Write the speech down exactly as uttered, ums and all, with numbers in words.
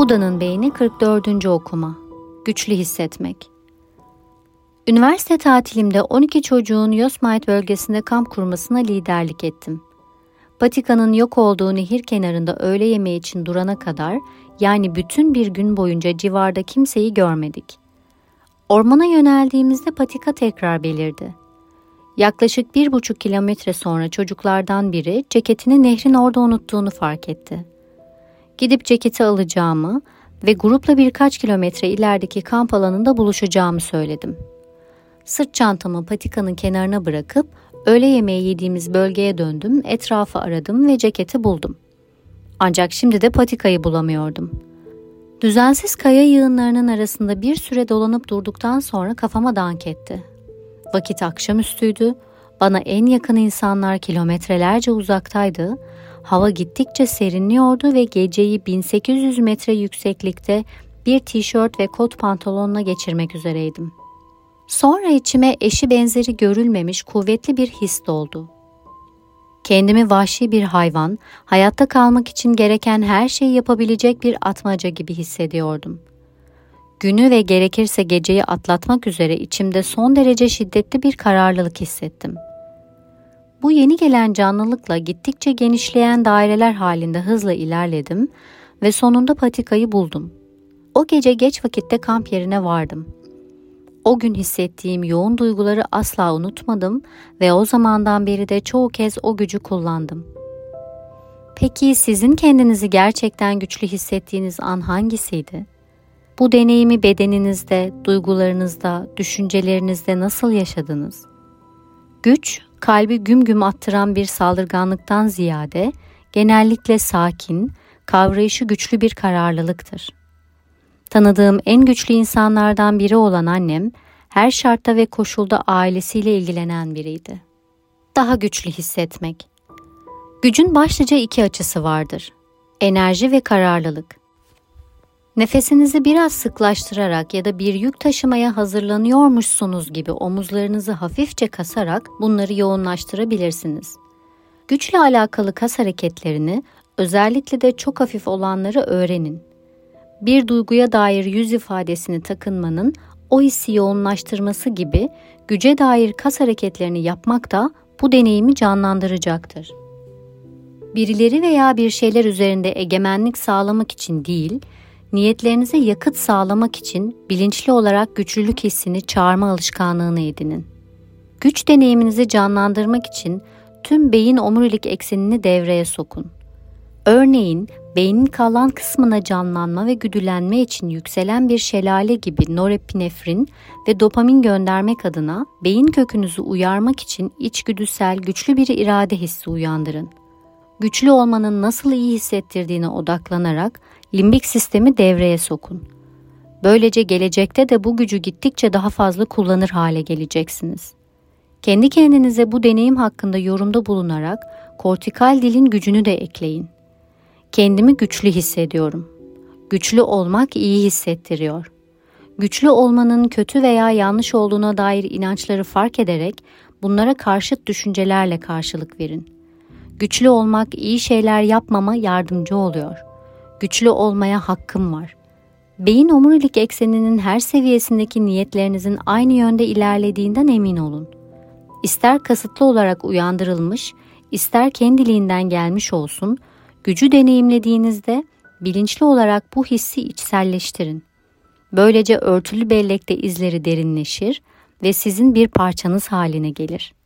Buda'nın Beyni kırk dördüncü okuma. Güçlü hissetmek. Üniversite tatilimde on iki çocuğun Yosemite bölgesinde kamp kurmasına liderlik ettim. Patikanın yok olduğu nehir kenarında öğle yemeği için durana kadar, yani bütün bir gün boyunca civarda kimseyi görmedik. Ormana yöneldiğimizde patika tekrar belirdi. Yaklaşık bir buçuk kilometre sonra çocuklardan biri ceketini nehrin orada unuttuğunu fark etti. Gidip ceketi alacağımı ve grupla birkaç kilometre ilerideki kamp alanında buluşacağımı söyledim. Sırt çantamı patikanın kenarına bırakıp öğle yemeği yediğimiz bölgeye döndüm, etrafı aradım ve ceketi buldum. Ancak şimdi de patikayı bulamıyordum. Düzensiz kaya yığınlarının arasında bir süre dolanıp durduktan sonra kafama dank etti. Vakit akşamüstüydü, bana en yakın insanlar kilometrelerce uzaktaydı, hava gittikçe serinliyordu ve geceyi bin sekiz yüz metre yükseklikte bir tişört ve kot pantolonla geçirmek üzereydim. Sonra içime eşi benzeri görülmemiş kuvvetli bir his doldu. Kendimi vahşi bir hayvan, hayatta kalmak için gereken her şeyi yapabilecek bir atmaca gibi hissediyordum. Günü ve gerekirse geceyi atlatmak üzere içimde son derece şiddetli bir kararlılık hissettim. Bu yeni gelen canlılıkla gittikçe genişleyen daireler halinde hızla ilerledim ve sonunda patikayı buldum. O gece geç vakitte kamp yerine vardım. O gün hissettiğim yoğun duyguları asla unutmadım ve o zamandan beri de çoğu kez o gücü kullandım. Peki sizin kendinizi gerçekten güçlü hissettiğiniz an hangisiydi? Bu deneyimi bedeninizde, duygularınızda, düşüncelerinizde nasıl yaşadınız? Güç, kalbi güm güm attıran bir saldırganlıktan ziyade genellikle sakin, kavrayışı güçlü bir kararlılıktır. Tanıdığım en güçlü insanlardan biri olan annem, her şartta ve koşulda ailesiyle ilgilenen biriydi. Daha güçlü hissetmek. Gücün başlıca iki açısı vardır: enerji ve kararlılık. Nefesinizi biraz sıklaştırarak ya da bir yük taşımaya hazırlanıyormuşsunuz gibi omuzlarınızı hafifçe kasarak bunları yoğunlaştırabilirsiniz. Güçle alakalı kas hareketlerini, özellikle de çok hafif olanları öğrenin. Bir duyguya dair yüz ifadesini takınmanın o hissi yoğunlaştırması gibi güce dair kas hareketlerini yapmak da bu deneyimi canlandıracaktır. Birileri veya bir şeyler üzerinde egemenlik sağlamak için değil, niyetlerinize yakıt sağlamak için bilinçli olarak güçlülük hissini çağırma alışkanlığını edinin. Güç deneyiminizi canlandırmak için tüm beyin omurilik eksenini devreye sokun. Örneğin, beynin kalan kısmına canlanma ve güdülenme için yükselen bir şelale gibi norepinefrin ve dopamin göndermek adına beyin kökünüzü uyarmak için içgüdüsel güçlü bir irade hissi uyandırın. Güçlü olmanın nasıl iyi hissettirdiğine odaklanarak limbik sistemi devreye sokun. Böylece gelecekte de bu gücü gittikçe daha fazla kullanır hale geleceksiniz. Kendi kendinize bu deneyim hakkında yorumda bulunarak kortikal dilin gücünü de ekleyin. Kendimi güçlü hissediyorum. Güçlü olmak iyi hissettiriyor. Güçlü olmanın kötü veya yanlış olduğuna dair inançları fark ederek bunlara karşıt düşüncelerle karşılık verin. Güçlü olmak iyi şeyler yapmama yardımcı oluyor. Güçlü olmaya hakkım var. Beyin omurilik ekseninin her seviyesindeki niyetlerinizin aynı yönde ilerlediğinden emin olun. İster kasıtlı olarak uyandırılmış, ister kendiliğinden gelmiş olsun, gücü deneyimlediğinizde bilinçli olarak bu hissi içselleştirin. Böylece örtülü bellekte izleri derinleşir ve sizin bir parçanız haline gelir.